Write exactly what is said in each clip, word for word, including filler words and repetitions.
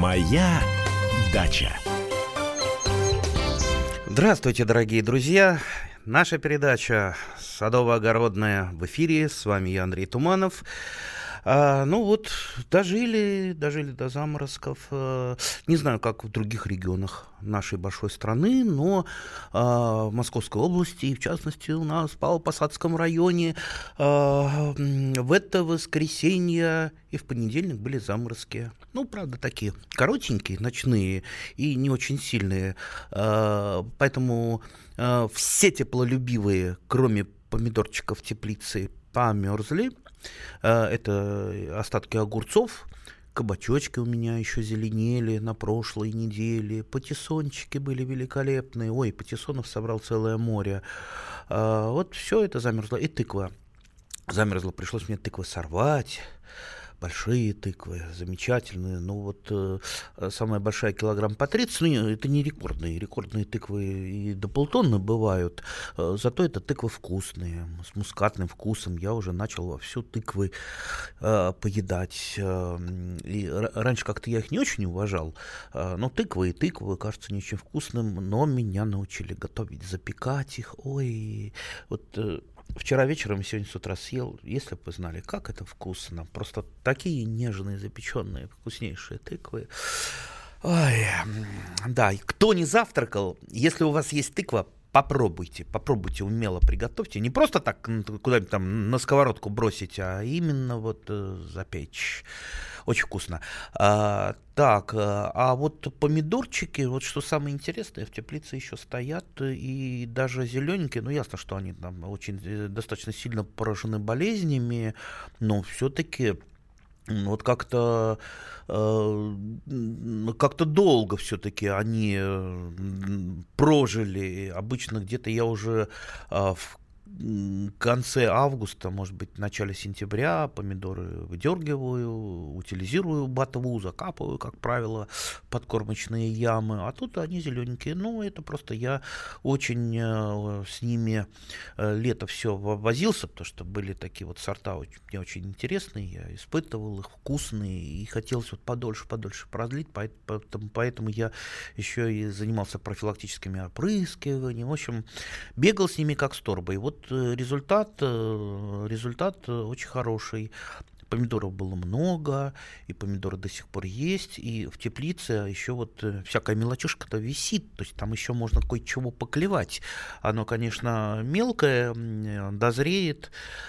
Моя дача. Здравствуйте, дорогие друзья. Наша передача «Садово-огородная» в эфире. С вами я, Андрей Туманов. А, ну вот, дожили, дожили до заморозков. А, не знаю, как в других регионах нашей большой страны, но а, в Московской области, и в частности у нас в Павлово-Посадском районе, а, в это воскресенье и в понедельник были заморозки. Ну, правда, такие коротенькие, ночные и не очень сильные. А, поэтому а, все теплолюбивые, кроме помидорчиков теплицы, померзли. Это остатки огурцов, кабачочки у меня еще зеленели на прошлой неделе, патиссончики были великолепные, ой, патиссонов собрал целое море. Вот все это замерзло, и тыква замерзла, пришлось мне тыквы сорвать. Большие тыквы, замечательные. Ну вот э, самая большая килограмм по тридцать, ну это не рекордные. Рекордные тыквы и до полтонны бывают. Э, зато это тыквы вкусные, с мускатным вкусом. Я уже начал вовсю тыквы э, поедать. Э, и р- раньше как-то я их не очень уважал. Э, но тыквы и тыквы кажутся не очень вкусным. Но меня научили готовить, запекать их. Ой, вот... Э, Вчера вечером и сегодня с утра съел, если бы вы знали, как это вкусно. Просто такие нежные, запеченные, вкуснейшие тыквы. Ой, да, кто не завтракал, если у вас есть тыква, попробуйте, попробуйте умело приготовьте. Не просто так куда-нибудь там на сковородку бросить, а именно вот э, запечь. Очень вкусно. А, так, а вот помидорчики, вот что самое интересное, в теплице еще стоят, и даже зелененькие, ну ясно, что они там очень достаточно сильно поражены болезнями, но все-таки вот как-то э, как-то долго все-таки они прожили. Обычно где-то я уже э, в конце августа, может быть, в начале сентября помидоры выдергиваю, утилизирую ботву, закапываю, как правило, в подкормочные ямы, а тут они зелененькие. Ну, это просто я очень э, с ними э, лето все возился, потому что были такие вот сорта очень, мне очень интересные, я испытывал их, вкусные, и хотелось вот подольше-подольше продлить, поэтому, поэтому я еще и занимался профилактическими опрыскиваниями, в общем, бегал с ними как с торбой. Вот результат, результат очень хороший. Помидоров было много, и помидоры до сих пор есть, и в теплице еще вот всякая мелочушка-то висит, то есть там еще можно кое-чего поклевать. Оно, конечно, мелкое, дозреет,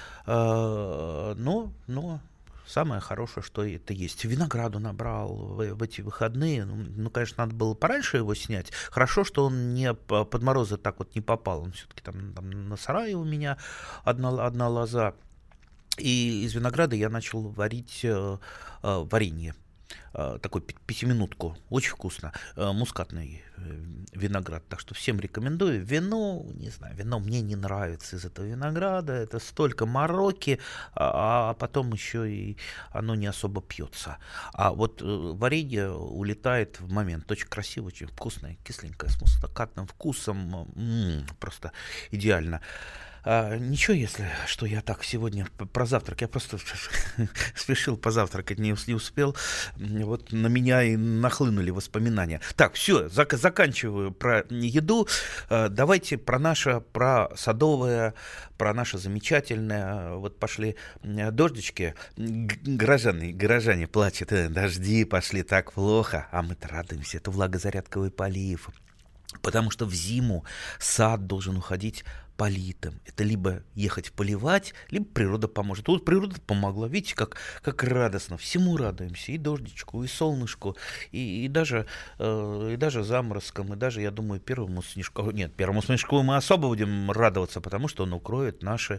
но, но самое хорошее, что это есть. Винограду набрал в, в эти выходные. Ну, ну, конечно, надо было пораньше его снять. Хорошо, что он не под морозы так вот не попал. Он все-таки там, там на сарае у меня одна, одна лоза. И из винограда я начал варить э, э, варенье. Такой пятиминутку, очень вкусно, мускатный виноград, так что всем рекомендую. Вино, не знаю, вино мне не нравится из этого винограда, это столько мороки, а потом еще и оно не особо пьется. А вот варенье улетает в момент, очень красиво, очень вкусное, кисленькое, с мускатным вкусом, м-м, просто идеально. А, ничего, если что я так сегодня про завтрак, я просто спешил позавтракать, не, не успел, вот на меня и нахлынули воспоминания. Так, все, зак- заканчиваю про еду, а, давайте про наше, про садовое, про наше замечательное, вот пошли дождички, горожане, горожане плачут, дожди пошли, так плохо, а мы-то радуемся, это влагозарядковый полив, потому что в зиму сад должен уходить политым. Это либо ехать поливать, либо природа поможет. Вот природа помогла. Видите, как, как радостно. Всему радуемся. И дождичку, и солнышку, и, и, даже, э, и даже заморозкам, и даже, я думаю, первому снежку. Нет, первому снежку мы особо будем радоваться, потому что он укроет наши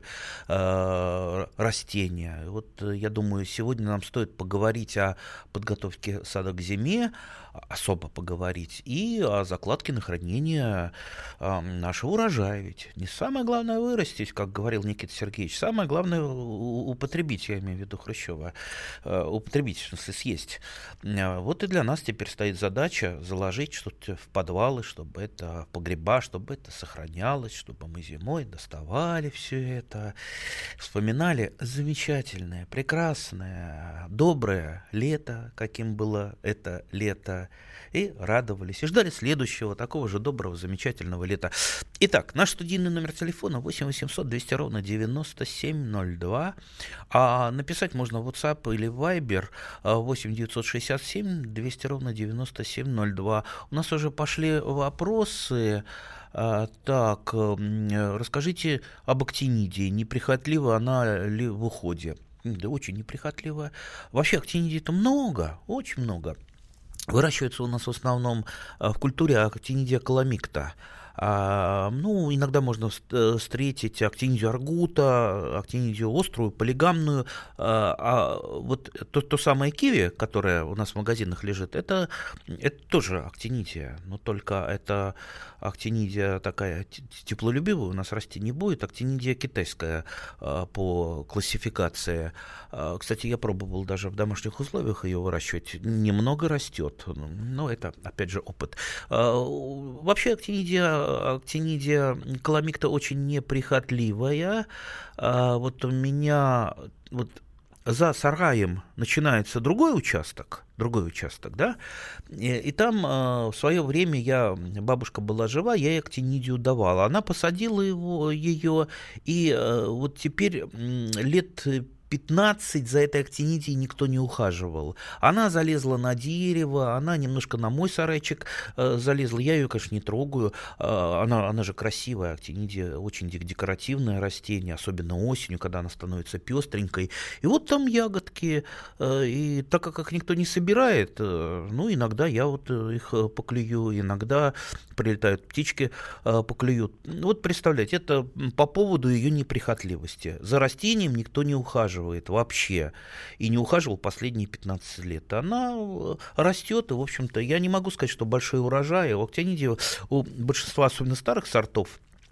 э, растения. Вот, я думаю, сегодня нам стоит поговорить о подготовке сада к зиме, особо поговорить, и о закладке на хранение э, нашего урожая. Ведь не самое главное вырастить, как говорил Никита Сергеевич, самое главное употребить, я имею в виду Хрущева, э, употребить, в смысле съесть. Э, вот и для нас теперь стоит задача заложить что-то в подвалы, чтобы это погреба, чтобы это сохранялось, чтобы мы зимой доставали все это, вспоминали замечательное, прекрасное доброе лето, каким было это лето, и радовались, и ждали следующего, такого же доброго, замечательного лета. Итак, наш студийный номер телефона восемь восемьсот двести ровно девяносто семь ноль два, а написать можно в WhatsApp или Viber восемь девятьсот шестьдесят семь двести ровно девяносто семь ноль два. У нас уже пошли вопросы. А, так, расскажите об актинидии. Неприхотлива она ли в уходе? Да, очень неприхотливая. Вообще актинидии-то много, очень много. Выращивается у нас в основном в культуре актинидия каламикта. А, ну, иногда можно встретить актинидию аргута, актинидию острую, полигамную. А, а вот то, то самое киви, которое у нас в магазинах лежит, это, это тоже актинидия, но только это актинидия такая теплолюбивая, у нас расти не будет. Актинидия китайская а, по классификации. А, кстати, я пробовал даже в домашних условиях ее выращивать. Немного растет, но это, опять же, опыт. А, вообще актинидия Актинидия каламикта очень неприхотливая. А вот у меня вот за сараем начинается другой участок, другой участок, да, и, и там а, в свое время я, бабушка была жива, я ей актинидию давала. Она посадила его, ее, и а, вот теперь лет пятнадцать за этой актинидией никто не ухаживал. Она залезла на дерево, она немножко на мой сарайчик э, залезла. Я ее, конечно, не трогаю. Э, она, она же красивая, актинидия, очень декоративное растение, особенно осенью, когда она становится пестренькой. И вот там ягодки. Э, и так как их никто не собирает, э, ну, иногда я вот их поклюю, иногда прилетают птички, э, поклюют. Вот представляете, это по поводу ее неприхотливости. За растением никто не ухаживает вообще, и не ухаживал последние пятнадцать лет. Она растет, и, в общем-то, я не могу сказать, что большой урожай. У актинидии, у большинства, особенно старых сортов,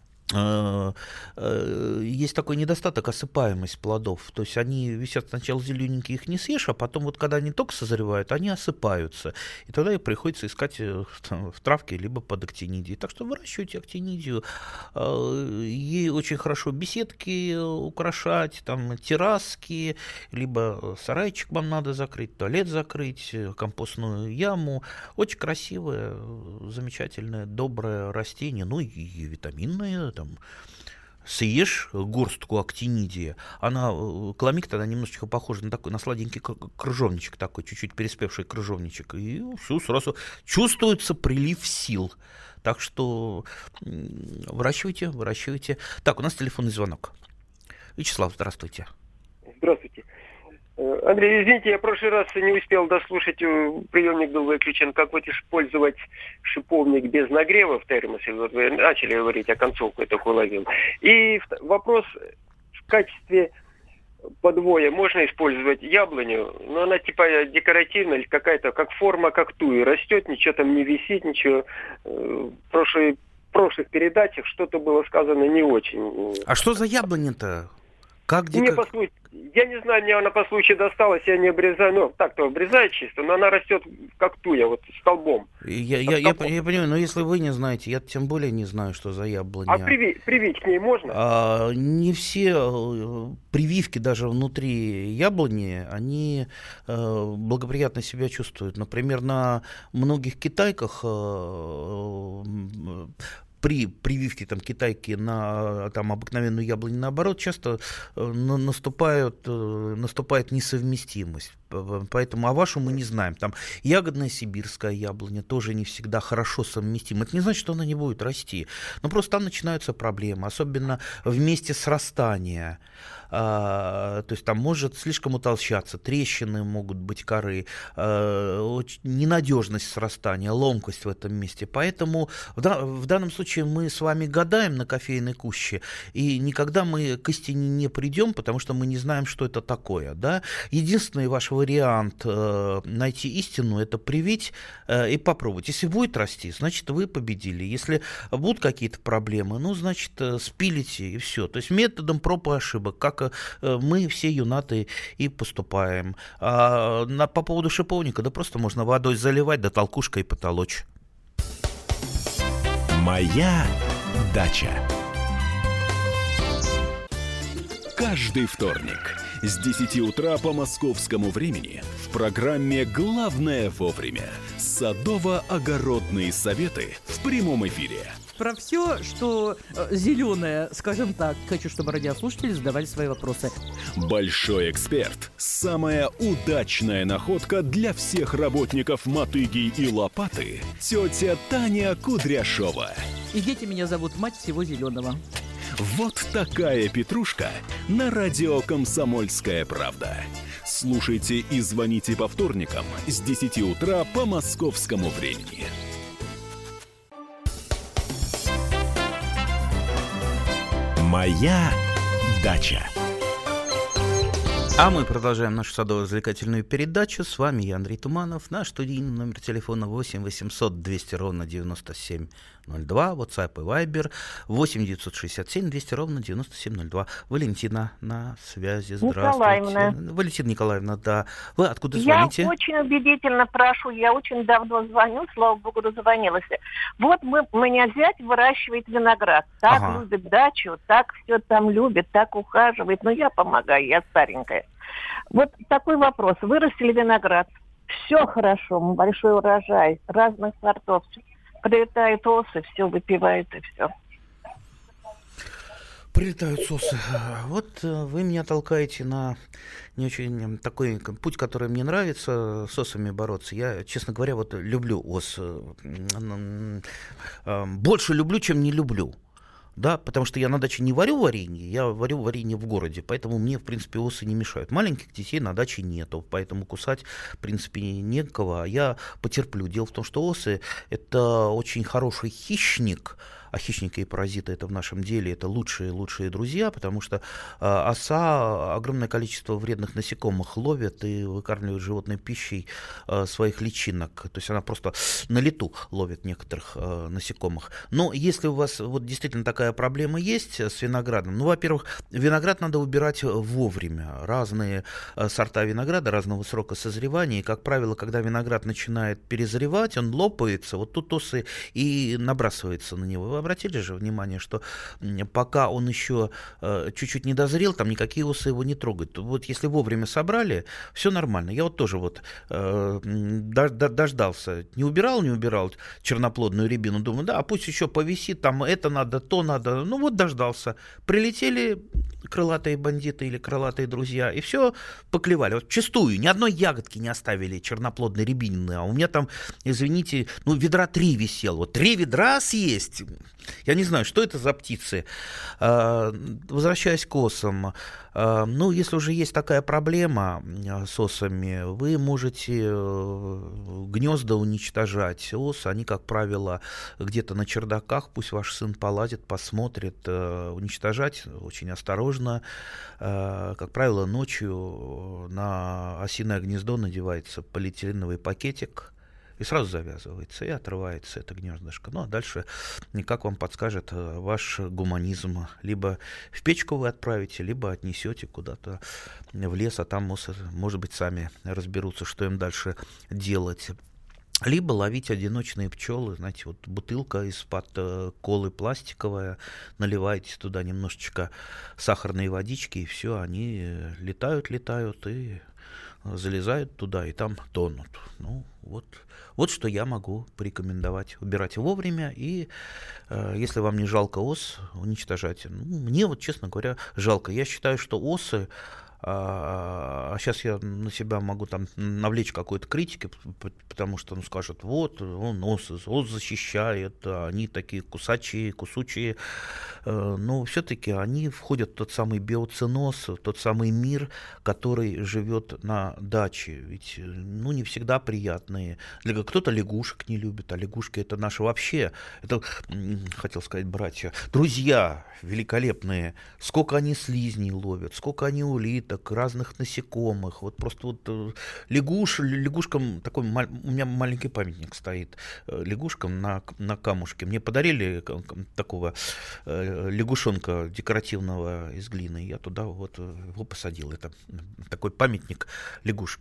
есть такой недостаток — осыпаемость плодов. То есть они висят сначала зелененькие, их не съешь, а потом вот когда они только созревают, они осыпаются. И тогда и приходится искать там в травке либо под актинидией. Так что выращивайте актинидию. Ей очень хорошо беседки украшать, там терраски, либо сарайчик вам надо закрыть, туалет закрыть, компостную яму. Очень красивое, замечательное, доброе растение, ну и витаминное. Там, съешь горстку актинидии, она, каламикта, она немножечко похожа на такой, на сладенький крыжовничек такой, чуть-чуть переспевший крыжовничек, и все, сразу чувствуется прилив сил. Так что выращивайте, выращивайте. Так, у нас телефонный звонок. Вячеслав, здравствуйте. Здравствуйте. Андрей, извините, я в прошлый раз не успел дослушать, приемник был выключен, как вот использовать шиповник без нагрева в термосе. Вот вы начали говорить, а концовку я такой ловил. И вопрос: в качестве подвоя можно использовать яблоню, но она типа декоративная или какая-то, как форма кактуи, растет, ничего там не висит, ничего. В прошлой, в прошлых передачах что-то было сказано не очень. А что за яблоня-то? Как Мне дека... по случаю, я не знаю, мне она по случаю досталась, я не обрезаю, ну, так-то обрезаю чисто, но она растет как туя, вот столбом. Я, я, я, я понимаю, но если вы не знаете, я тем более не знаю, что за яблоня. А приви, привить к ней можно? А, не все прививки даже внутри яблони, они э, благоприятно себя чувствуют. Например, на многих китайках э, при прививке там китайки на там обыкновенную яблоню, наоборот, часто э, наступают, э, наступает несовместимость. Поэтому о вашу мы не знаем. Там ягодная сибирская яблоня тоже не всегда хорошо совместима. Это не значит, что она не будет расти. Но просто там начинаются проблемы, особенно в месте срастания. А, то есть там может слишком утолщаться, трещины могут быть коры, а, ненадежность срастания, ломкость в этом месте. Поэтому в, да, в данном случае мы с вами гадаем на кофейной куще, и никогда мы к истине не придем, потому что мы не знаем, что это такое. Да? Единственный ваш вариант э, найти истину — это привить э, и попробовать. Если будет расти, значит, вы победили. Если будут какие-то проблемы, ну, значит, э, спилите и все. То есть методом проб и ошибок, как э, мы все юнаты и поступаем. А на, по поводу шиповника, да просто можно водой заливать, да толкушкой потолочь. Моя дача. Каждый вторник С десяти утра по московскому времени в программе «Главное вовремя» садово-огородные советы в прямом эфире. Про все, что э, зеленое, скажем так, хочу, чтобы радиослушатели задавали свои вопросы. Большой эксперт. Самая удачная находка для всех работников мотыги и лопаты. Тетя Таня Кудряшова. И дети меня зовут мать всего зеленого. Вот такая петрушка на радио «Комсомольская правда». Слушайте и звоните по вторникам с десяти утра по московскому времени. Моя дача. А мы продолжаем нашу садово-развлекательную передачу. С вами я, Андрей Туманов. Наш студийный номер телефона восемь восемьсот двести ровно девяносто семь ноль два. WhatsApp и Viber восемь девятьсот шестьдесят семь двести ровно девяносто семь ноль два. Валентина на связи. Здравствуйте. Николаевна. Валентина Николаевна, да. Вы откуда звоните? Я очень убедительно прошу. Я очень давно звоню, слава богу, дозвонилась. Вот мы, у меня зять выращивает виноград. Так Ага. любит дачу, так все там любит, так ухаживает. Но я помогаю, я старенькая. Вот такой вопрос. Вырастили виноград. Все хорошо, большой урожай, разных сортов. Прилетают осы, все выпивают и все. Прилетают сосы. Вот э, вы меня толкаете на не очень такой путь, который мне нравится, с осами бороться. Я, честно говоря, вот люблю ос. э, э, Больше люблю, чем не люблю. Да, потому что я на даче не варю варенье, я варю варенье в городе, поэтому мне, в принципе, осы не мешают. Маленьких детей на даче нету, поэтому кусать, в принципе, некого, а я потерплю. Дело в том, что осы – это очень хороший хищник, а хищники и паразиты это в нашем деле это лучшие-лучшие друзья, потому что э, оса огромное количество вредных насекомых ловит и выкармливает животной пищей э, своих личинок. То есть она просто на лету ловит некоторых э, насекомых. Но если у вас вот действительно такая проблема есть с виноградом, ну, во-первых, виноград надо убирать вовремя. Разные э, сорта винограда, разного срока созревания. И, как правило, когда виноград начинает перезревать, он лопается, вот тут осы и набрасываются на него. Вы обратили же внимание, что пока он еще э, чуть-чуть не дозрел, там никакие осы его не трогают. Вот если вовремя собрали, все нормально. Я вот тоже вот э, дождался. Не убирал, не убирал черноплодную рябину. Думаю, да, пусть еще повисит, там это надо, то надо. Ну вот дождался. Прилетели крылатые бандиты или крылатые друзья, и все поклевали. Вот чистую, ни одной ягодки не оставили черноплодной рябинины, а у меня там, извините, ну ведра три висело. Вот три ведра съесть. Я не знаю, что это за птицы. Возвращаясь к осам, ну, если уже есть такая проблема с осами, вы можете гнезда уничтожать. Осы, они, как правило, где-то на чердаках, пусть ваш сын полазит, посмотрит, уничтожать очень осторожно. Как правило, ночью на осиное гнездо надевается полиэтиленовый пакетик, и сразу завязывается, и отрывается это гнездышко. Ну, а дальше, как вам подскажет ваш гуманизм, либо в печку вы отправите, либо отнесете куда-то в лес, а там, может быть, сами разберутся, что им дальше делать. Либо ловить одиночные пчелы, знаете, вот бутылка из-под э, колы пластиковая, наливаете туда немножечко сахарной водички, и все, они летают, летают и залезают туда, и там тонут. Ну, вот, вот что я могу порекомендовать. Убирать вовремя, и э, если вам не жалко ос, уничтожать. Ну, мне вот, честно говоря, жалко. Я считаю, что осы, а сейчас я на себя могу там навлечь какой-то критики, потому что, ну, скажут, вот, он ос, ос защищает, они такие кусачие, кусучие, но все-таки они входят в тот самый биоценоз, в тот самый мир, который живет на даче, ведь, ну, не всегда приятные. Кто-то лягушек не любит, а лягушки это наши вообще, это, хотел сказать, братья, друзья великолепные, сколько они слизней ловят, сколько они улиток, разных насекомых. Вот просто вот лягуш, лягушкам такой, у меня маленький памятник стоит лягушкам на, на камушке. Мне подарили такого лягушонка декоративного из глины. Я туда вот его посадил. Это такой памятник лягушке.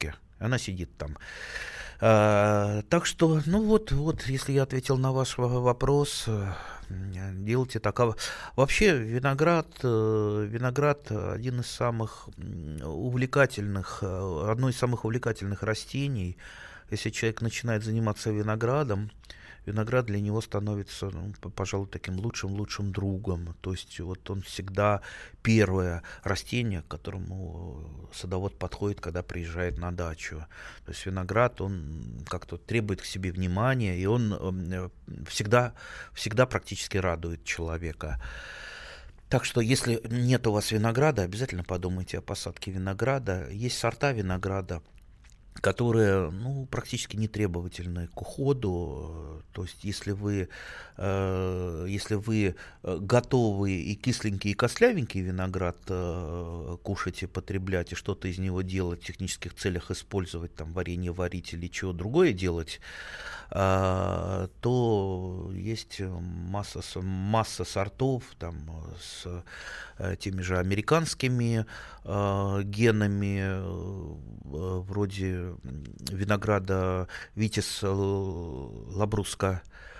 Она сидит там. А, так что, ну вот, вот, если я ответил на ваш вопрос, делайте такого. Вообще виноград, виноград один из самых увлекательных, одно из самых увлекательных растений. Если человек начинает заниматься виноградом, виноград для него становится, ну, пожалуй, таким лучшим-лучшим другом. То есть вот он всегда первое растение, к которому садовод подходит, когда приезжает на дачу. То есть виноград, он как-то требует к себе внимания, и он всегда, всегда практически радует человека. Так что, если нет у вас винограда, обязательно подумайте о посадке винограда. Есть сорта винограда, которые, ну, практически не требовательны к уходу. То есть, если вы, э, если вы готовы и кисленький, и костлявенький виноград э, кушать и потреблять, и что-то из него делать, в технических целях использовать, там, варенье варить или чего другое делать, э, то есть масса, масса сортов там, с э, теми же американскими э, генами, э, вроде винограда Витис Лабруска.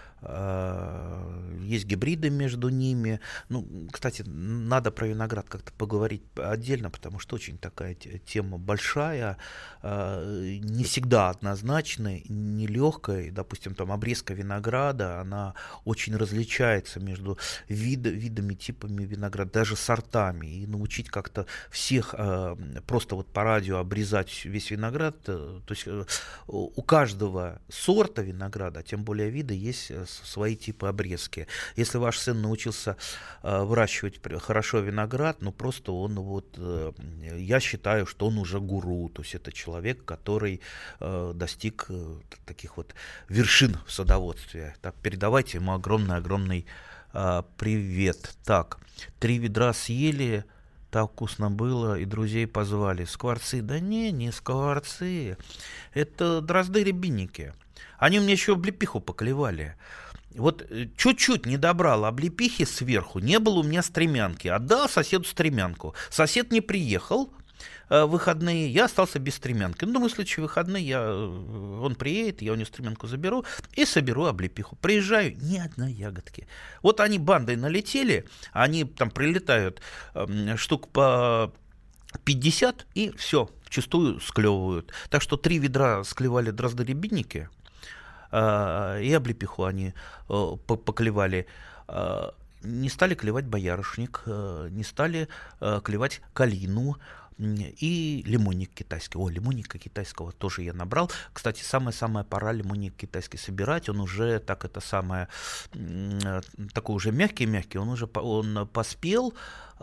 Есть гибриды между ними. Ну, кстати, надо про виноград как-то поговорить отдельно, потому что очень такая тема большая, не всегда однозначная, нелегкая. Допустим, там обрезка винограда, она очень различается между вид, видами, типами винограда, даже сортами. И научить как-то всех просто вот по радио обрезать весь виноград, то есть у каждого сорта винограда, а тем более вида, есть свои типы обрезки. Если ваш сын научился э, выращивать хорошо виноград, ну просто он вот, э, я считаю, что он уже гуру, то есть это человек, который э, достиг э, таких вот вершин в садоводстве. Так, передавайте ему огромный-огромный э, привет. Так, три ведра съели, так вкусно было, и друзей позвали. Скворцы? Да не, не скворцы, это дрозды-рябинники. Они мне еще облепиху поклевали. Вот чуть-чуть не добрал облепихи сверху, не было у меня стремянки. Отдал соседу стремянку. Сосед не приехал в выходные, я остался без стремянки. Ну, думаю, в следующие выходные я, он приедет, я у него стремянку заберу и соберу облепиху. Приезжаю, ни одной ягодки. Вот они бандой налетели, они там прилетают э, штук по пятьдесят и все, вчистую склевывают. Так что три ведра склевали дрозды-рябинники, и облепиху они поклевали. Не стали клевать боярышник, не стали клевать калину и лимонник китайский. О, лимонника китайского тоже я набрал. Кстати, самая-самая пора лимонник китайский собирать. Он уже так это самое, такой уже мягкий-мягкий, он уже он поспел.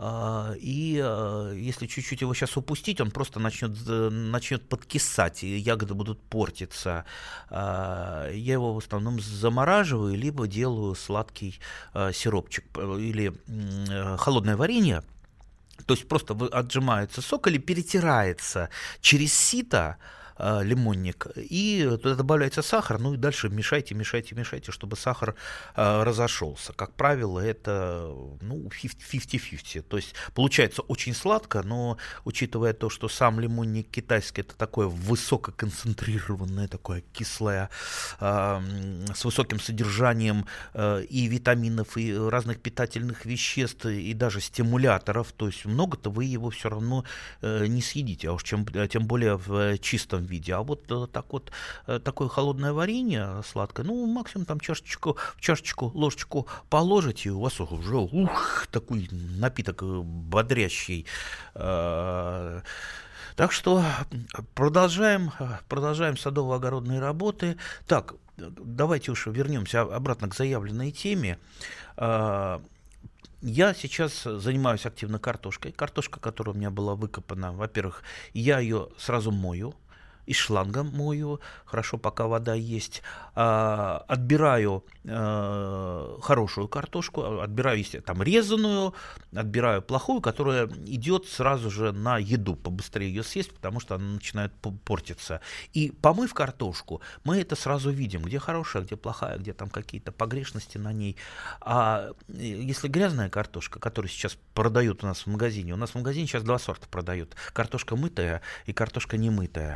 И если чуть-чуть его сейчас упустить, он просто начнет, начнет подкисать, и ягоды будут портиться. Я его в основном замораживаю, либо делаю сладкий сиропчик или холодное варенье. То есть просто отжимается сок или перетирается через сито э, лимонник, и туда добавляется сахар, ну и дальше мешайте, мешайте, мешайте, чтобы сахар э, разошелся. Как правило, это ну, пятьдесят-пятьдесят. То есть получается очень сладко, но учитывая то, что сам лимонник китайский это такое высококонцентрированное, такое кислое, э, с высоким содержанием э, и витаминов, и разных питательных веществ, и даже стимуляторов, то есть много-то вы его все равно э, не съедите, а уж чем, тем более в э, чистом виде. А вот э, так вот э, такое холодное варенье сладкое, ну максимум там чашечку, чашечку, ложечку положите, и у вас уже ух, такой напиток бодрящий. Э, так что продолжаем, продолжаем садово-огородные работы. Так, давайте уж вернемся обратно к заявленной теме. Э, Я сейчас занимаюсь активно картошкой. Картошка, которая у меня была выкопана, во-первых, я ее сразу мою, из шланга мою, хорошо, пока вода есть. А, отбираю а, хорошую картошку, отбираю, если там резаную, отбираю плохую, которая идет сразу же на еду, побыстрее ее съесть, потому что она начинает портиться. И помыв картошку, мы это сразу видим, где хорошая, где плохая, где там какие-то погрешности на ней. А если грязная картошка, которую сейчас продают у нас в магазине, у нас в магазине сейчас два сорта продают. Картошка мытая и картошка немытая.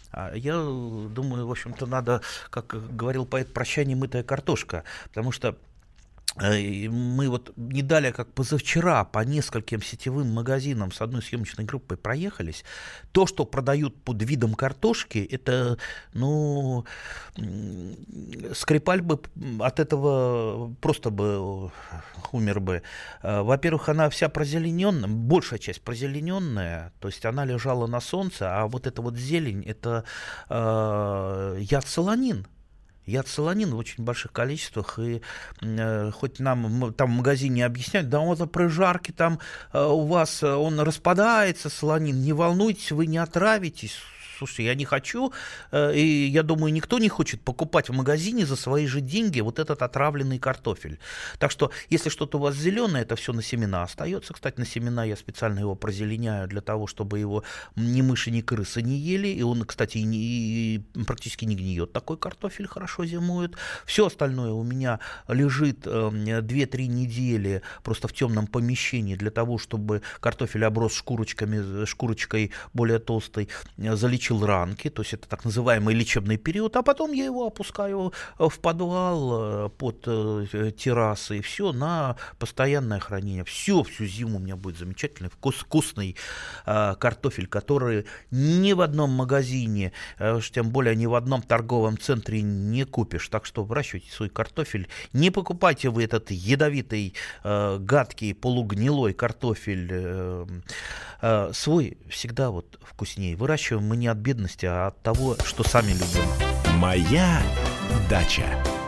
Я думаю, в общем-то, надо, как говорил поэт, прощай, немытая картошка, потому что мы вот не далее, как позавчера, по нескольким сетевым магазинам с одной съемочной группой проехались. То, что продают под видом картошки, это, ну, Скрипаль бы от этого просто бы умер бы. Во-первых, она вся прозелененная, большая часть прозелененная, то есть она лежала на солнце, а вот эта вот зелень, это э, яд-солонин. Яд-солонин в очень больших количествах, и э, хоть нам там в магазине объясняют, да он при жарке там э, у вас он распадается, солонин, не волнуйтесь, вы не отравитесь. Слушайте, я не хочу, э, и я думаю, никто не хочет покупать в магазине за свои же деньги вот этот отравленный картофель. Так что, если что-то у вас зеленое, это все на семена остается. Кстати, на семена я специально его прозеленяю для того, чтобы его ни мыши, ни крысы не ели. И он, кстати, и не, и практически не гниет. Такой картофель хорошо зимует. Все остальное у меня лежит э, две-три недели просто в темном помещении для того, чтобы картофель оброс шкурочками, шкурочкой более толстой, залечил ранки, то есть это так называемый лечебный период, а потом я его опускаю в подвал под террасой, и все на постоянное хранение. Все, всю зиму у меня будет замечательный, вкус, вкусный э, картофель, который ни в одном магазине, э, тем более ни в одном торговом центре не купишь. Так что выращивайте свой картофель. Не покупайте вы этот ядовитый, э, гадкий, полугнилой картофель. Э, э, свой всегда вот вкуснее. Выращиваем мы не от бедности, а от того, что сами любим. Моя дача.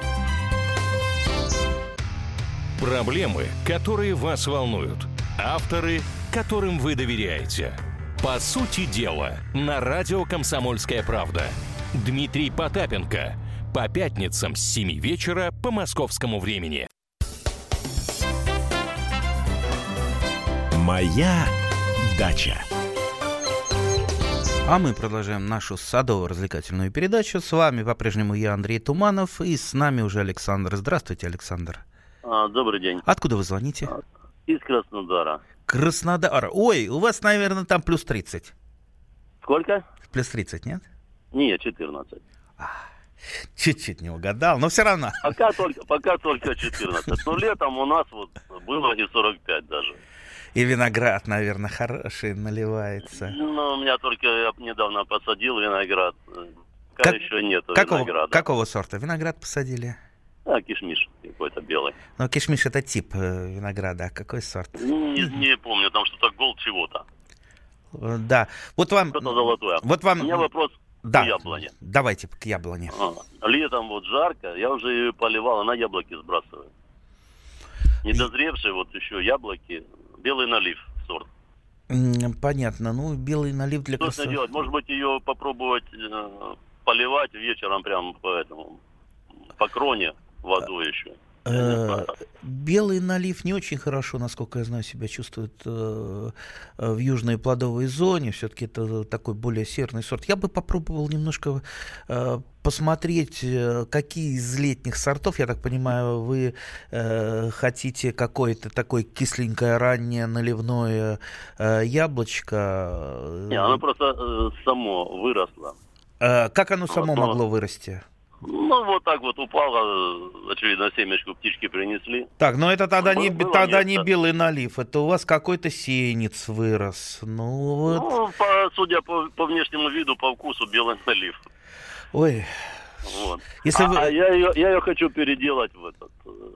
Проблемы, которые вас волнуют. Авторы, которым вы доверяете. По сути дела, на радио «Комсомольская правда». Дмитрий Потапенко. По пятницам с семи вечера по московскому времени. Моя дача. А мы продолжаем нашу садово-развлекательную передачу. С вами по-прежнему я, Андрей Туманов, и с нами уже Александр. Здравствуйте, Александр. А, добрый день. Откуда вы звоните? А, из Краснодара. Краснодар. Ой, у вас, наверное, там плюс тридцать. Сколько? Плюс тридцать, нет? Нет, четырнадцать. А, чуть-чуть не угадал, но все равно. Пока только, пока только четырнадцать. Но летом у нас вот было и сорок пять даже. И виноград, наверное, хороший наливается. Ну, у меня только я недавно посадил виноград. Пока как, еще нет какого, винограда. Какого сорта виноград посадили? А, кишмиш какой-то белый. Ну, кишмиш это тип э, винограда, а какой сорт? Не, не помню, там что-то голд чего-то. Да, вот вам... Что-то золотое. Вот вам... У меня вопрос да. к яблоне. Давайте к яблоне. А, летом вот жарко, я уже ее поливал, она яблоки сбрасывает. Недозревшие вот еще яблоки, белый налив сорт. Понятно, ну белый налив для красоты. Что делать? Может быть ее попробовать э, поливать вечером прям по этому, по кроне водой еще. Белый налив не очень хорошо, насколько я знаю, себя чувствует э, в южной плодовой зоне. Все-таки это такой более северный сорт. Я бы попробовал немножко э, посмотреть, какие из летних сортов, я так понимаю, вы э, хотите какое-то такое кисленькое раннее наливное э, яблочко. Не, оно просто э, само выросло. Э, как оно само вот, могло вырасти? Ну, вот так вот упало, очевидно, семечку птички принесли. Так, но это тогда, не, было тогда место. не белый налив, это у вас какой-то сеянец вырос. Ну, вот. Ну, по, судя по, по внешнему виду, по вкусу, белый налив. Ой. Вот. Если а вы... я, ее, я ее хочу переделать в этот,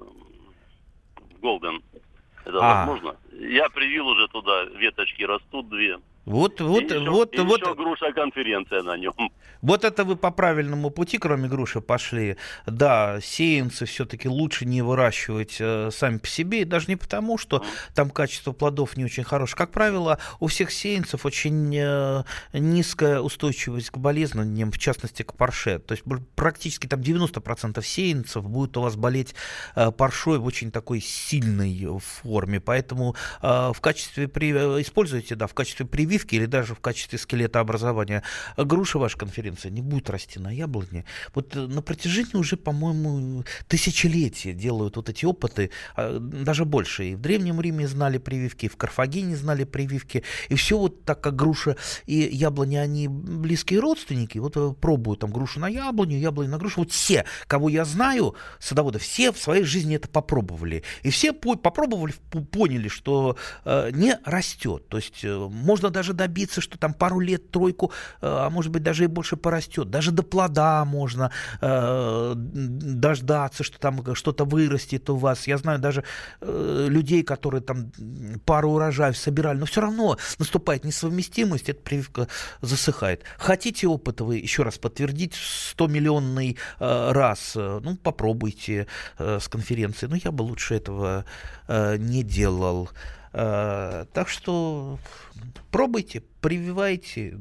в Голден. Это а. возможно? Я привил уже туда, веточки растут две. Вот, вот, и еще, вот, и вот. еще груша-конференция на нем. Вот это вы по правильному пути, кроме груши, пошли. Да, сеянцы все-таки лучше не выращивать э, сами по себе, и даже не потому, что там качество плодов не очень хорошее. Как правило, у всех сеянцев очень э, низкая устойчивость к болезням, в частности к парше. То есть практически там девяносто процентов сеянцев будет у вас болеть э, паршой в очень такой сильной форме. Поэтому э, в качестве при... используйте, да, в качестве прививки прививки или даже в качестве скелетообразования, груша вашей конференции не будет расти на яблоне. Вот на протяжении уже, по-моему, тысячелетия делают вот эти опыты, даже больше. И в Древнем Риме знали прививки, и в Карфагене знали прививки, и все вот так, как груша и яблоня, они близкие родственники, вот пробуют там грушу на яблоню, яблоню на грушу. Вот все, кого я знаю, садоводы, все в своей жизни это попробовали. И все по- попробовали, поняли, что э, не растет. То есть э, можно даже добиться, что там пару лет, тройку, э, а может быть даже и больше порастет. Даже до плода можно э, дождаться, что там что-то вырастет у вас. Я знаю даже э, людей, которые там пару урожаев собирали, но все равно наступает несовместимость, эта прививка засыхает. Хотите опыт вы еще раз подтвердить сто миллионный э, раз, э, ну попробуйте э, с конференции. Но я бы лучше этого э, не делал. Э, так что пробуйте, прививайте.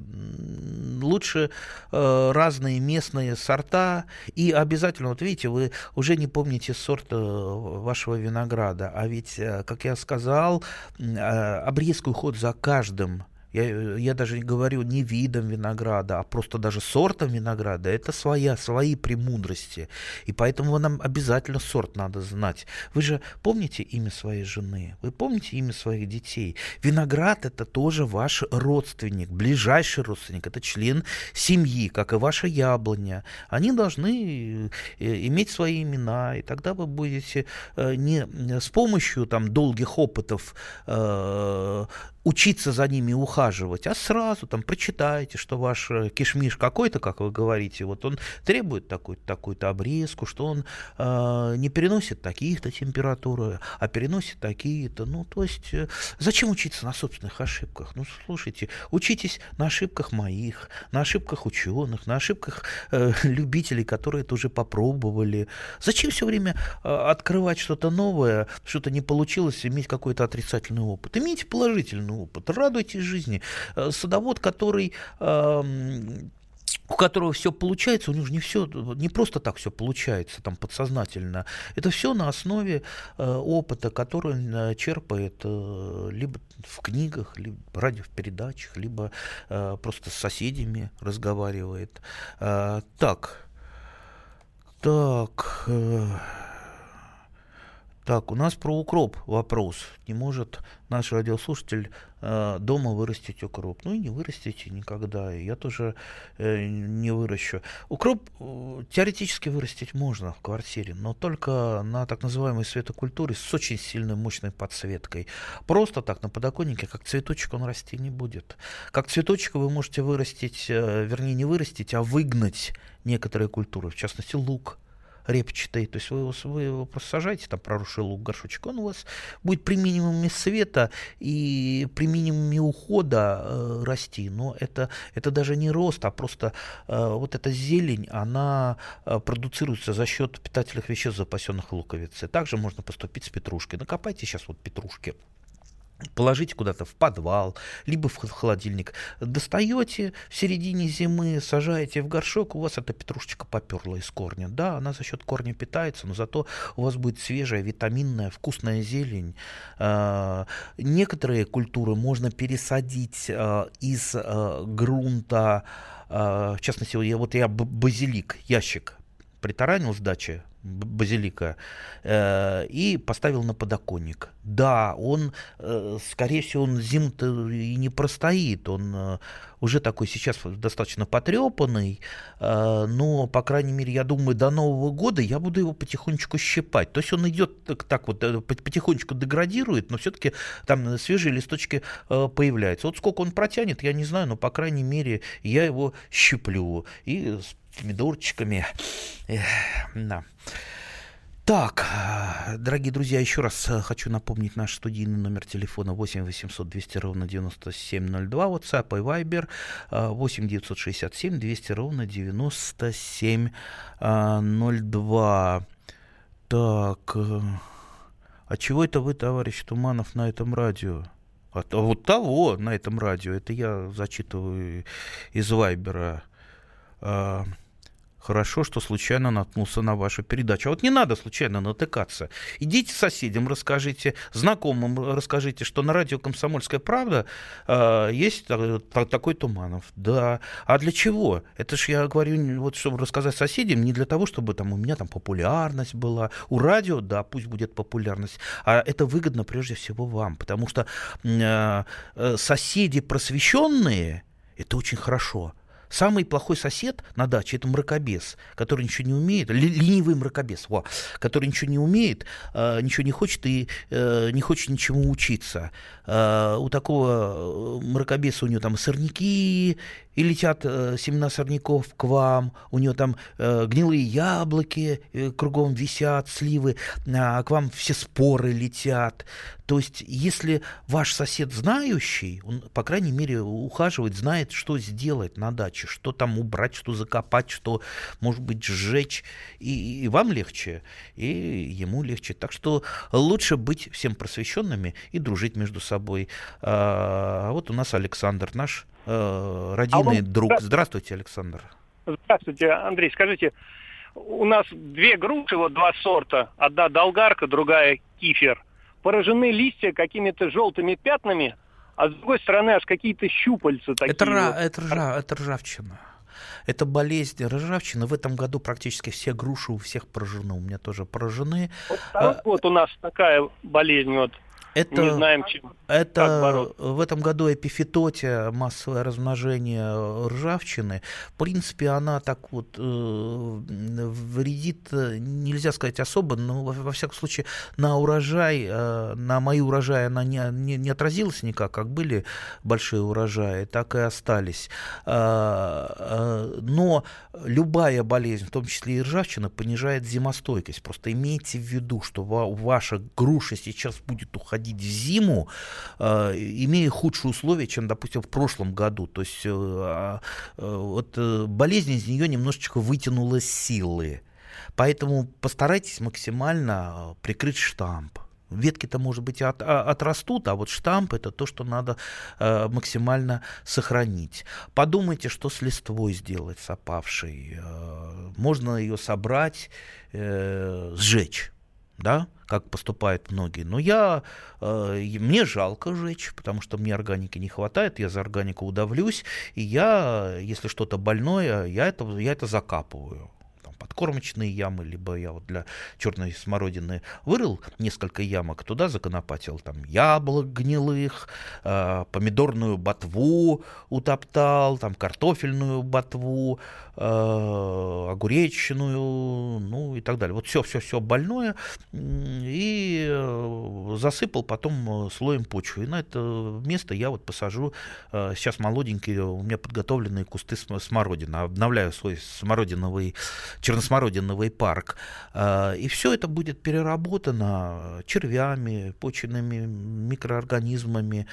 Лучше э, разные местные сорта. И обязательно, вот видите, вы уже не помните сорт вашего винограда. А ведь, как я сказал, э, обрезку уход за каждым. Я, я даже говорю не видом винограда, а просто даже сортом винограда. Это своя, свои премудрости. И поэтому нам обязательно сорт надо знать. Вы же помните имя своей жены? Вы помните имя своих детей? Виноград — это тоже ваш родственник, ближайший родственник. Это член семьи, как и ваша яблоня. Они должны иметь свои имена. И тогда вы будете не с помощью там, долгих опытов э, учиться за ними ухаживать, а сразу там прочитайте, что ваш кишмиш какой-то, как вы говорите, вот он требует такую-то, такую-то обрезку, что он э, не переносит таких-то температур, а переносит такие-то. Ну, то есть, э, зачем учиться на собственных ошибках? Ну, слушайте, учитесь на ошибках моих, на ошибках ученых, на ошибках э, любителей, которые это уже попробовали. Зачем все время э, открывать что-то новое, что-то не получилось, иметь какой-то отрицательный опыт? Имейте положительный опыт, радуйтесь жизни. Садовод, который, э, у которого все получается, у него же не все, не просто так все получается, там подсознательно. Это все на основе э, опыта, который он черпает э, либо в книгах, либо в радиопередачах, либо э, просто с соседями разговаривает. Э, так, так. Э, Так, у нас про укроп вопрос. Не может наш радиослушатель э, дома вырастить укроп. Ну и не вырастите никогда. И я тоже э, не выращу. Укроп э, теоретически вырастить можно в квартире, но только на так называемой светокультуре с очень сильной мощной подсветкой. Просто так на подоконнике, как цветочек, он расти не будет. Как цветочек вы можете вырастить, э, вернее не вырастить, а выгнать некоторые культуры, в частности лук репчатый, то есть вы его, вы его просто сажаете, там проросший лук, горшочек, он у вас будет при минимуме света и при минимуме ухода э, расти, но это, это даже не рост, а просто э, вот эта зелень, она э, продуцируется за счет питательных веществ, запасенных в луковице. Также можно поступить с петрушкой. Накопайте сейчас вот петрушки, положите куда-то в подвал, либо в холодильник. Достаете в середине зимы, сажаете в горшок, у вас эта петрушечка поперла из корня. Да, она за счет корня питается, но зато у вас будет свежая, витаминная, вкусная зелень. Некоторые культуры можно пересадить из грунта. В частности, вот я базилик, ящик притаранил с дачи, базилика, э, и поставил на подоконник. Да, он, э, скорее всего, он зиму-то и не простоит, он э, уже такой сейчас достаточно потрепанный, э, но, по крайней мере, я думаю, до Нового года я буду его потихонечку щипать. То есть он идет так, так вот, потихонечку деградирует, но все-таки там свежие листочки э, появляются. Вот сколько он протянет, я не знаю, но, по крайней мере, я его щиплю. И с помидорчиками. Эх, да. Так, дорогие друзья, еще раз хочу напомнить наш студийный номер телефона восемь восемьсот двести ровно девяносто семь ноль два, WhatsApp и Viber восемь девятьсот шестьдесят семь двести ровно девяносто семь ноль два. Так, а чего это вы, товарищ Туманов, на этом радио? А вот того на этом радио, это я зачитываю из Вайбера. Хорошо, что случайно наткнулся на вашу передачу. А вот не надо случайно натыкаться. Идите соседям, расскажите, знакомым расскажите, что на радио «Комсомольская правда» э, есть такой Туманов. Да. А для чего? Это ж я говорю, вот чтобы рассказать соседям, не для того, чтобы там у меня там популярность была. У радио, да, пусть будет популярность. А это выгодно прежде всего вам. Потому что э, э, соседи просвещенные, это очень хорошо. Самый плохой сосед на даче — это мракобес, который ничего не умеет, ленивый мракобес, во, который ничего не умеет, э, ничего не хочет и э, не хочет ничему учиться. Э, у такого мракобеса у него там сорняки, и летят э, семена сорняков к вам, у него там э, гнилые яблоки э, кругом висят, сливы, а к вам все споры летят. То есть, если ваш сосед знающий, он, по крайней мере, ухаживает, знает, что сделать на даче, что там убрать, что закопать, что, может быть, сжечь, и, и вам легче, и ему легче. Так что лучше быть всем просвещенными и дружить между собой. А, а вот у нас Александр, наш э, родийный Алло, друг. Здравствуйте, Александр. Здравствуйте, Андрей. Скажите, у нас две груши, вот два сорта, одна долгарка, другая кифер. Поражены листья какими-то желтыми пятнами, а с другой стороны аж какие-то щупальца такие. Это, ра, вот. это, ржа, это ржавчина. Это болезнь ржавчины. В этом году практически все груши у всех поражены. У меня тоже поражены. Вот второй год у нас такая болезнь. Вот. Это, не знаем, чем, это в этом году эпифитотия, массовое размножение ржавчины. В принципе, она так вот э, вредит, нельзя сказать особо, но во, во всяком случае на урожай, э, на мои урожаи она не, не, не отразилась никак, как были большие урожаи, так и остались. Э, э, но любая болезнь, в том числе и ржавчина, понижает зимостойкость. Просто имейте в виду, что ва, ваша груша сейчас будет уходить в зиму, э, имея худшие условия, чем, допустим, в прошлом году. То есть э, э, вот, э, болезнь из нее немножечко вытянула силы. Поэтому постарайтесь максимально прикрыть штамп. Ветки-то, может быть, от, отрастут, а вот штамп — это то, что надо э, максимально сохранить. Подумайте, что с листвой сделать, с опавшей. Э, можно ее собрать, э, сжечь. Да, как поступают многие. Но я, э, мне жалко жечь, потому что мне органики не хватает, я за органику удавлюсь, и я, если что-то больное, я это, я это закапываю. Подкормочные ямы, либо я вот для черной смородины вырыл несколько ямок, туда законопатил там яблок гнилых, э, помидорную ботву утоптал, там картофельную ботву, э, огуречную, ну и так далее. Вот все-все-все больное, и э, засыпал потом слоем почвы. И на это место я вот посажу, э, сейчас молоденькие, у меня подготовленные кусты смородины, обновляю свой смородиновый черносмородиновый парк. И все это будет переработано червями, почвенными микроорганизмами.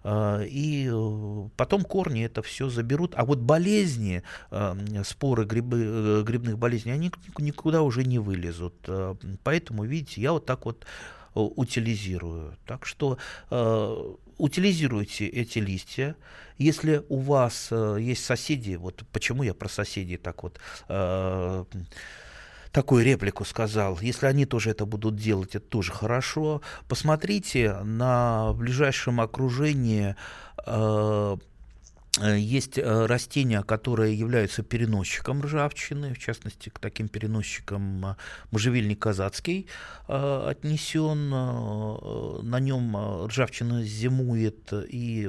И потом корни это все заберут. А вот болезни, споры грибы, грибных болезней, они никуда уже не вылезут. Поэтому, видите, я вот так вот утилизирую. Так что утилизируйте эти листья. Если у вас э, есть соседи, вот почему я про соседей так вот э, такую реплику сказал, если они тоже это будут делать, это тоже хорошо. Посмотрите на ближайшем окружении. Э, Есть растения, которые являются переносчиком ржавчины, в частности, к таким переносчикам можжевельник казацкий отнесен, на нем ржавчина зимует, и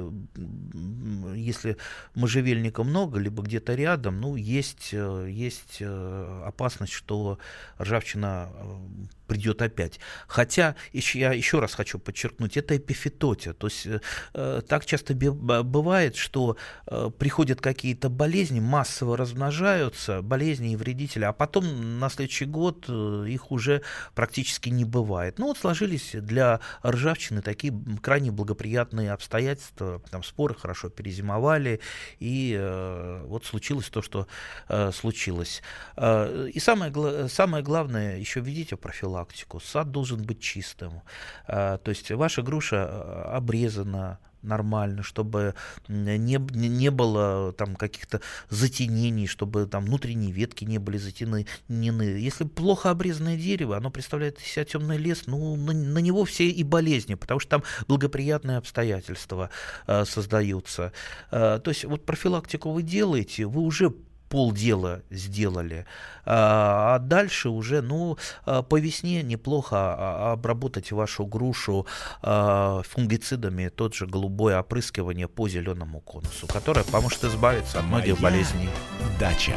если можжевельника много, либо где-то рядом, ну, есть, есть опасность, что ржавчина придет опять. Хотя, еще, я еще раз хочу подчеркнуть, это эпифитотия, то есть так часто бывает, что приходят какие-то болезни, массово размножаются, болезни и вредители, а потом на следующий год их уже практически не бывает. Ну вот сложились для ржавчины такие крайне благоприятные обстоятельства, там споры хорошо перезимовали, и э, вот случилось то, что э, случилось. Э, и самое, самое главное, еще введите профилактику. Сад должен быть чистым. Э, то есть ваша груша обрезана, нормально, чтобы не, не было там каких-то затенений, чтобы там внутренние ветки не были затенены. Если плохо обрезанное дерево, оно представляет из себя темный лес, ну, на, на него все и болезни, потому что там благоприятные обстоятельства э, создаются. Э, то есть вот профилактику вы делаете, вы уже полдела сделали, а дальше уже, ну, по весне неплохо обработать вашу грушу фунгицидами, тот же голубое опрыскивание по зеленому конусу, которое поможет избавиться от многих Моя болезней. Дача.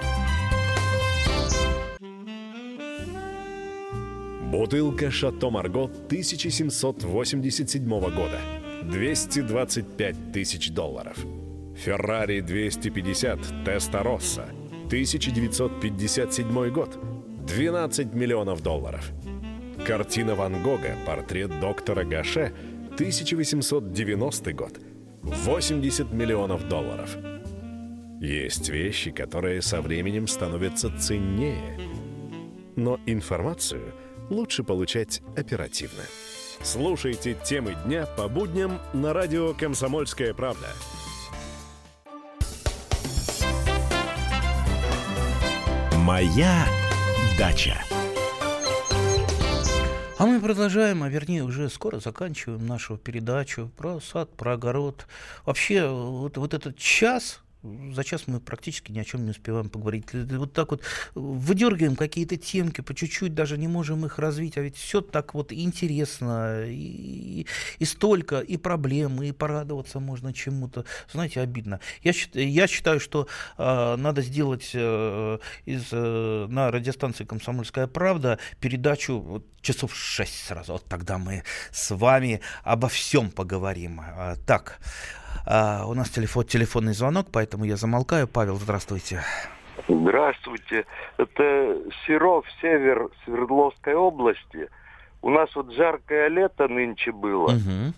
Бутылка «Шато Марго» тысяча семьсот восемьдесят седьмого года. двести двадцать пять тысяч долларов. Феррари двести пятьдесят Теста-Росса, тысяча девятьсот пятьдесят седьмой год, двенадцать миллионов долларов. Картина Ван Гога «Портрет доктора Гаше», тысяча восемьсот девяностый год, восемьдесят миллионов долларов. Есть вещи, которые со временем становятся ценнее. Но информацию лучше получать оперативно. Слушайте темы дня по будням на радио «Комсомольская правда». Моя дача. А мы продолжаем, а вернее уже скоро заканчиваем нашу передачу про сад, про огород. Вообще вот, вот этот час... За час мы практически ни о чем не успеваем поговорить. Вот так вот выдергиваем какие-то темки, по чуть-чуть даже не можем их развить, а ведь все так вот интересно, и, и столько, и проблем, и порадоваться можно чему-то. Знаете, обидно. Я, я считаю, что э, надо сделать э, из, э, на радиостанции «Комсомольская правда» передачу вот, часов шесть сразу. Вот тогда мы с вами обо всем поговорим. А, так... Uh, у нас телефон, телефонный звонок, поэтому я замолкаю. Павел, здравствуйте. Здравствуйте. Это Серов, север Свердловской области. У нас вот жаркое лето нынче было. Uh-huh.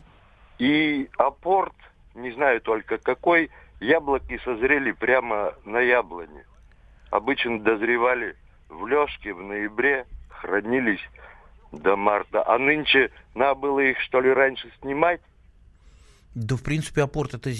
И апорт, не знаю только какой, яблоки созрели прямо на яблоне. Обычно дозревали в лёжке в ноябре, хранились до марта. А нынче надо было их, что ли, раньше снимать? Да, в принципе, апорт — это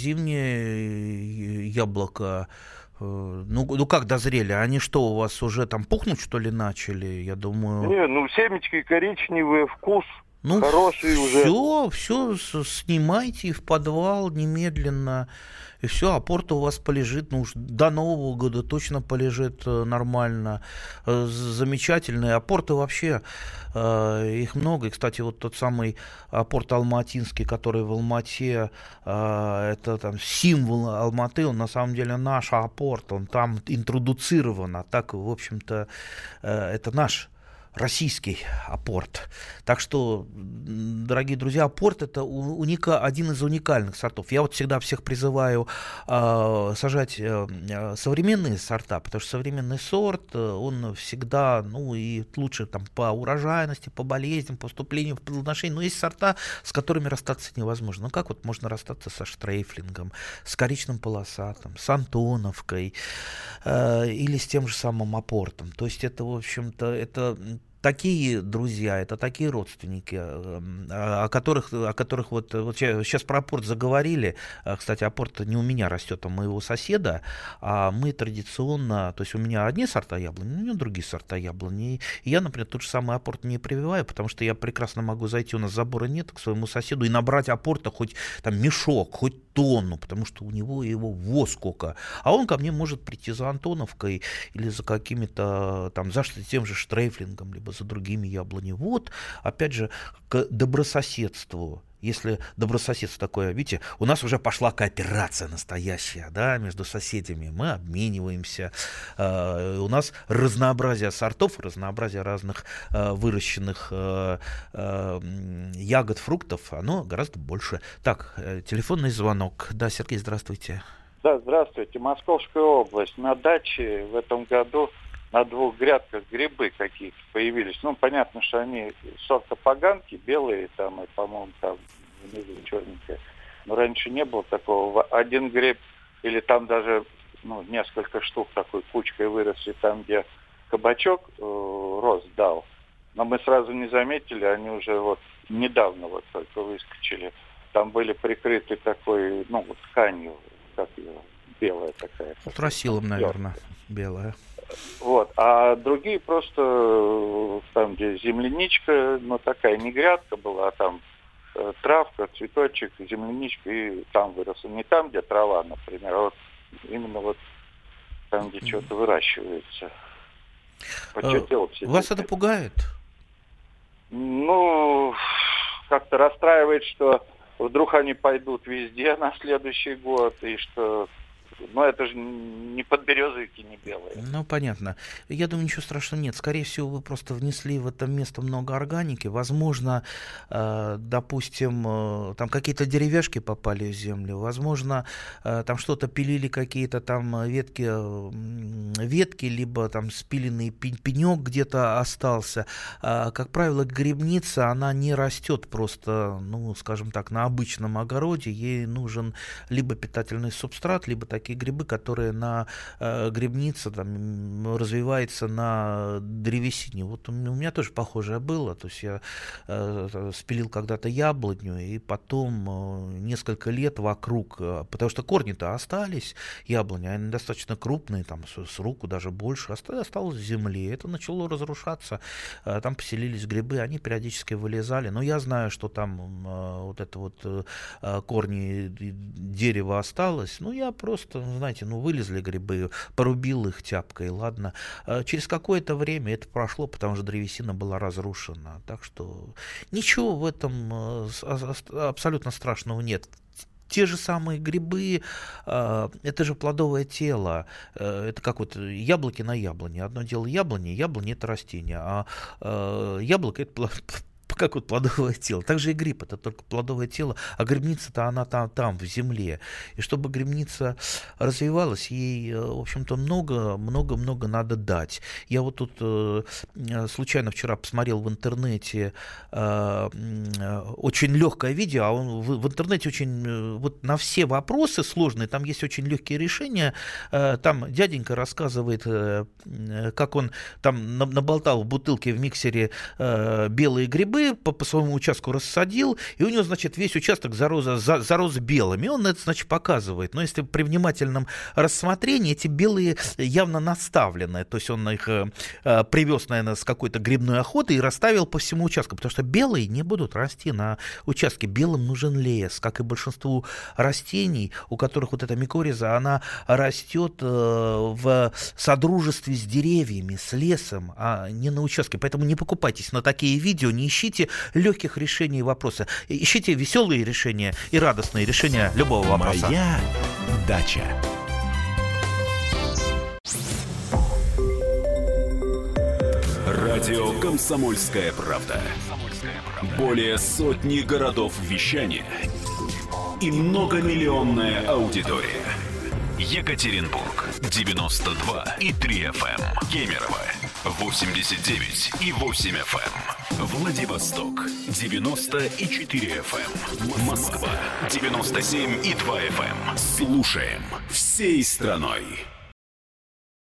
зимнее яблоко. Ну, ну как дозрели? Они что, у вас уже там пухнуть, что ли, начали? Я думаю... Не, ну семечки коричневые, вкус ну, хороший все, уже. Все, все снимайте в подвал немедленно. И все, апорт у вас полежит, ну уж до Нового года точно полежит нормально. Замечательные апорты вообще, э, их много. И, кстати, вот тот самый апорт алматинский, который в Алмате, э, это там символ Алматы, он на самом деле наш апорт, он там интродуцирован, а так, в общем-то, э, это наш российский апорт. Так что, дорогие друзья, апорт — это уника, один из уникальных сортов. Я вот всегда всех призываю э, сажать э, современные сорта, потому что современный сорт, он всегда, ну, и лучше там по урожайности, по болезням, по поступлению в плодоношение. Но есть сорта, с которыми расстаться невозможно. Ну, как вот можно расстаться со штрейфлингом, с коричным полосатым, с Антоновкой э, или с тем же самым апортом. То есть это, в общем-то, это... Такие друзья, это такие родственники, о которых, о которых вот, вот сейчас про апорт заговорили. Кстати, апорт не у меня растет, а у моего соседа. А мы традиционно, то есть у меня одни сорта яблони, у него другие сорта яблони. И я, например, тот же самый апорт не прививаю, потому что я прекрасно могу зайти, у нас забора нет, к своему соседу и набрать апорта хоть там мешок, хоть тонну, потому что у него его во сколько. А он ко мне может прийти за Антоновкой или за какими-то там, за тем же штрейфлингом, либо за другими яблони. Вот, опять же, к добрососедству. Если добрососедство такое, видите, у нас уже пошла кооперация настоящая, да, между соседями. Мы обмениваемся. Э, у нас разнообразие сортов, разнообразие разных э, выращенных э, э, ягод, фруктов, оно гораздо больше. Так, э, телефонный звонок. Да, Сергей, здравствуйте. Да, здравствуйте. Московская область. На даче в этом году на двух грядках грибы какие-то появились. Ну, понятно, что они сорта поганки, белые там, и, по-моему, там внизу черненькие. Но раньше не было такого. Один гриб, или там даже ну, несколько штук такой кучкой выросли, там, где кабачок э, рост дал. Но мы сразу не заметили, они уже вот недавно вот только выскочили. там были прикрыты такой, ну, вот тканью, как ее, белая такая. Тросилом, наверное, белая. Вот, а другие просто там, где земляничка, ну, такая не грядка была, а там э, травка, цветочек, земляничка, и там выросло. Не там, где трава, например, а вот именно вот там, где что-то выращивается. Вот а, что делать, вас это пугает? Ну, как-то расстраивает, что вдруг они пойдут везде на следующий год, и что... Но это же не подберезовики, не белые. Ну, понятно. Я думаю, ничего страшного нет. Скорее всего, вы просто внесли в это место много органики. Возможно, э, допустим, э, там какие-то деревяшки попали в землю. Возможно, э, там что-то пилили, какие-то там ветки, э, ветки либо там спиленный пенек где-то остался. Э, как правило, грибница, она не растет просто, ну, скажем так, на обычном огороде. Ей нужен либо питательный субстрат, либо такие грибы, которые на э, грибнице там, развиваются на древесине. Вот у меня, у меня тоже похожее было. То есть я э, спилил когда-то яблоню, и потом э, несколько лет вокруг, э, потому что корни-то остались, яблони, они достаточно крупные, там, с, с руку даже больше, осталось в земле. Это начало разрушаться. Э, там поселились грибы, они периодически вылезали. Но я знаю, что там э, вот это вот э, корни дерева осталось. Ну, я просто, знаете, ну, вылезли грибы, порубил их тяпкой, ладно. Через какое-то время это прошло, потому что древесина была разрушена. Так что ничего в этом абсолютно страшного нет. Те же самые грибы, это же плодовое тело, это как вот яблоки на яблоне. Одно дело яблони, яблони это растение, а яблоко это как вот плодовое тело. Также и гриб, это только плодовое тело, а грибница-то она там, там, в земле. И чтобы грибница развивалась, ей, в общем-то, много-много-много надо дать. Я вот тут э, случайно вчера посмотрел в интернете э, очень легкое видео, а он в, в интернете очень, вот на все вопросы сложные, там есть очень легкие решения. Э, там дяденька рассказывает, э, как он там наболтал в бутылке в миксере э, белые грибы, По, по своему участку рассадил, и у него, значит, весь участок зарос, за, зарос белыми. И он это, значит, показывает. Но если при внимательном рассмотрении, эти белые явно наставлены. То есть он их э, привез, наверное, с какой-то грибной охоты и расставил по всему участку. Потому что белые не будут расти на участке. Белым нужен лес, как и большинству растений, у которых вот эта микориза, она растет э, в содружестве с деревьями, с лесом, а не на участке. Поэтому не покупайтесь на такие видео, не ищите легких решений вопроса. Ищите веселые решения и радостные решения любого вопроса. Моя дача. Радио «Комсомольская правда». Более сотни городов вещания и многомиллионная аудитория. Екатеринбург девяносто два и три эф эм, Кемерово восемьдесят девять и восемь эф эм, Владивосток девяносто и четыре эф эм, Москва девяносто семь и два эф эм. Слушаем всей страной.